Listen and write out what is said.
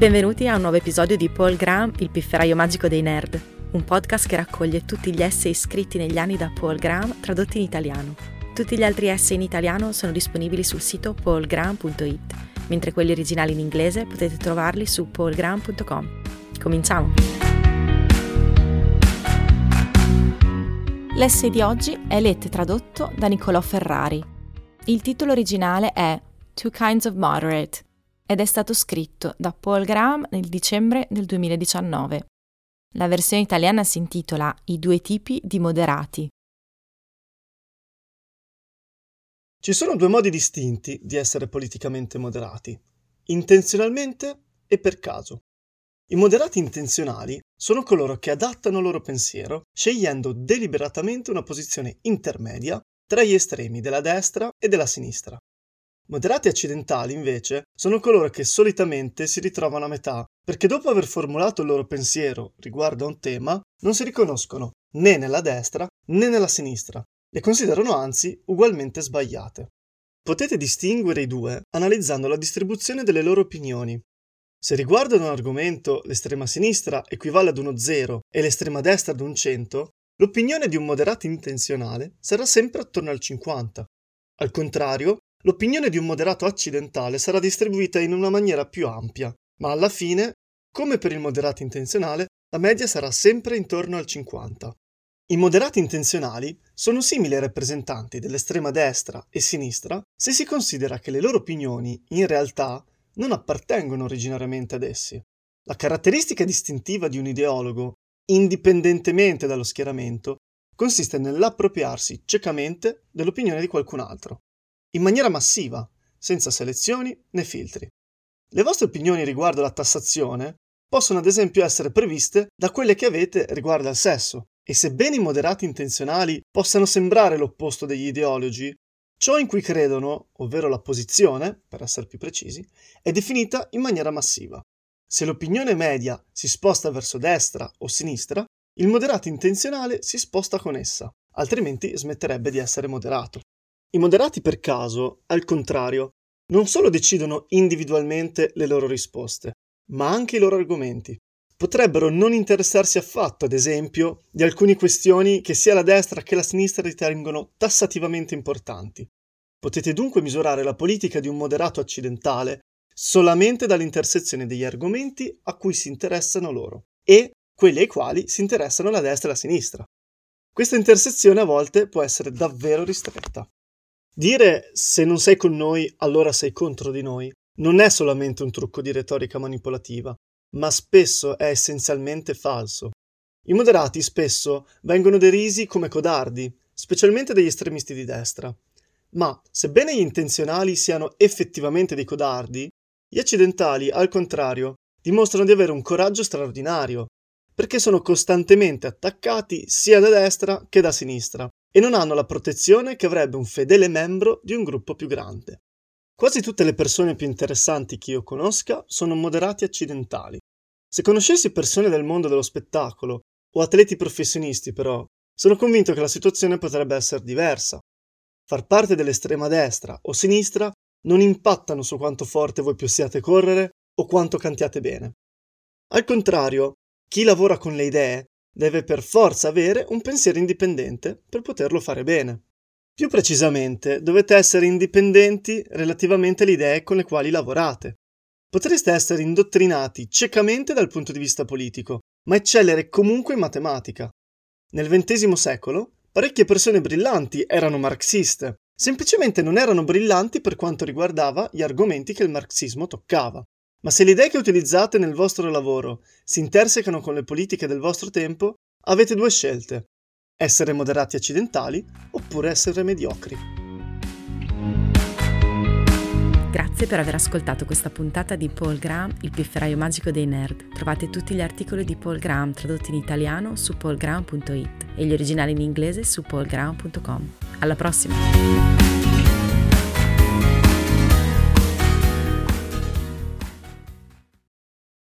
Benvenuti a un nuovo episodio di Paul Graham, il pifferaio magico dei nerd, un podcast che raccoglie tutti gli essay scritti negli anni da Paul Graham tradotti in italiano. Tutti gli altri essay in italiano sono disponibili sul sito paulgraham.it, mentre quelli originali in inglese potete trovarli su paulgraham.com. Cominciamo! L'essay di oggi è letto e tradotto da Nicolò Ferrari. Il titolo originale è Two Kinds of Moderate ed è stato scritto da Paul Graham nel dicembre del 2019. La versione italiana si intitola I due tipi di moderati. Ci sono due modi distinti di essere politicamente moderati: intenzionalmente e per caso. I moderati intenzionali sono coloro che adattano il loro pensiero, scegliendo deliberatamente una posizione intermedia tra gli estremi della destra e della sinistra. Moderati accidentali, invece, sono coloro che solitamente si ritrovano a metà, perché dopo aver formulato il loro pensiero riguardo a un tema, non si riconoscono né nella destra né nella sinistra, le considerano anzi ugualmente sbagliate. Potete distinguere i due analizzando la distribuzione delle loro opinioni. Se riguardo ad un argomento l'estrema sinistra equivale ad uno 0 e l'estrema destra ad un 100, l'opinione di un moderato intenzionale sarà sempre attorno al 50. Al contrario, l'opinione di un moderato accidentale sarà distribuita in una maniera più ampia, ma alla fine, come per il moderato intenzionale, la media sarà sempre intorno al 50. I moderati intenzionali sono simili ai rappresentanti dell'estrema destra e sinistra se si considera che le loro opinioni, in realtà, non appartengono originariamente ad essi. La caratteristica distintiva di un ideologo, indipendentemente dallo schieramento, consiste nell'appropriarsi ciecamente dell'opinione di qualcun altro, in maniera massiva, senza selezioni né filtri. Le vostre opinioni riguardo alla tassazione possono ad esempio essere previste da quelle che avete riguardo al sesso, e sebbene i moderati intenzionali possano sembrare l'opposto degli ideologi, ciò in cui credono, ovvero la posizione, per essere più precisi, è definita in maniera massiva. Se l'opinione media si sposta verso destra o sinistra, il moderato intenzionale si sposta con essa, altrimenti smetterebbe di essere moderato. I moderati per caso, al contrario, non solo decidono individualmente le loro risposte, ma anche i loro argomenti. Potrebbero non interessarsi affatto, ad esempio, di alcune questioni che sia la destra che la sinistra ritengono tassativamente importanti. Potete dunque misurare la politica di un moderato accidentale solamente dall'intersezione degli argomenti a cui si interessano loro e quelli ai quali si interessano la destra e la sinistra. Questa intersezione a volte può essere davvero ristretta. Dire se non sei con noi, allora sei contro di noi, non è solamente un trucco di retorica manipolativa, ma spesso è essenzialmente falso. I moderati spesso vengono derisi come codardi, specialmente dagli estremisti di destra. Ma, sebbene gli intenzionali siano effettivamente dei codardi, gli accidentali, al contrario, dimostrano di avere un coraggio straordinario, perché sono costantemente attaccati sia da destra che da sinistra e non hanno la protezione che avrebbe un fedele membro di un gruppo più grande. Quasi tutte le persone più interessanti che io conosca sono moderati accidentali. Se conoscessi persone del mondo dello spettacolo o atleti professionisti, però, sono convinto che la situazione potrebbe essere diversa. Far parte dell'estrema destra o sinistra non impattano su quanto forte voi possiate correre o quanto cantiate bene. Al contrario, chi lavora con le idee deve per forza avere un pensiero indipendente per poterlo fare bene. Più precisamente, dovete essere indipendenti relativamente alle idee con le quali lavorate. Potreste essere indottrinati ciecamente dal punto di vista politico, ma eccellere comunque in matematica. Nel XX secolo, parecchie persone brillanti erano marxiste, semplicemente non erano brillanti per quanto riguardava gli argomenti che il marxismo toccava. Ma se le idee che utilizzate nel vostro lavoro si intersecano con le politiche del vostro tempo, avete due scelte: essere moderati accidentali oppure essere mediocri. Grazie per aver ascoltato questa puntata di Paul Graham, il pifferaio magico dei nerd. Trovate tutti gli articoli di Paul Graham tradotti in italiano su paulgraham.it e gli originali in inglese su paulgraham.com. Alla prossima!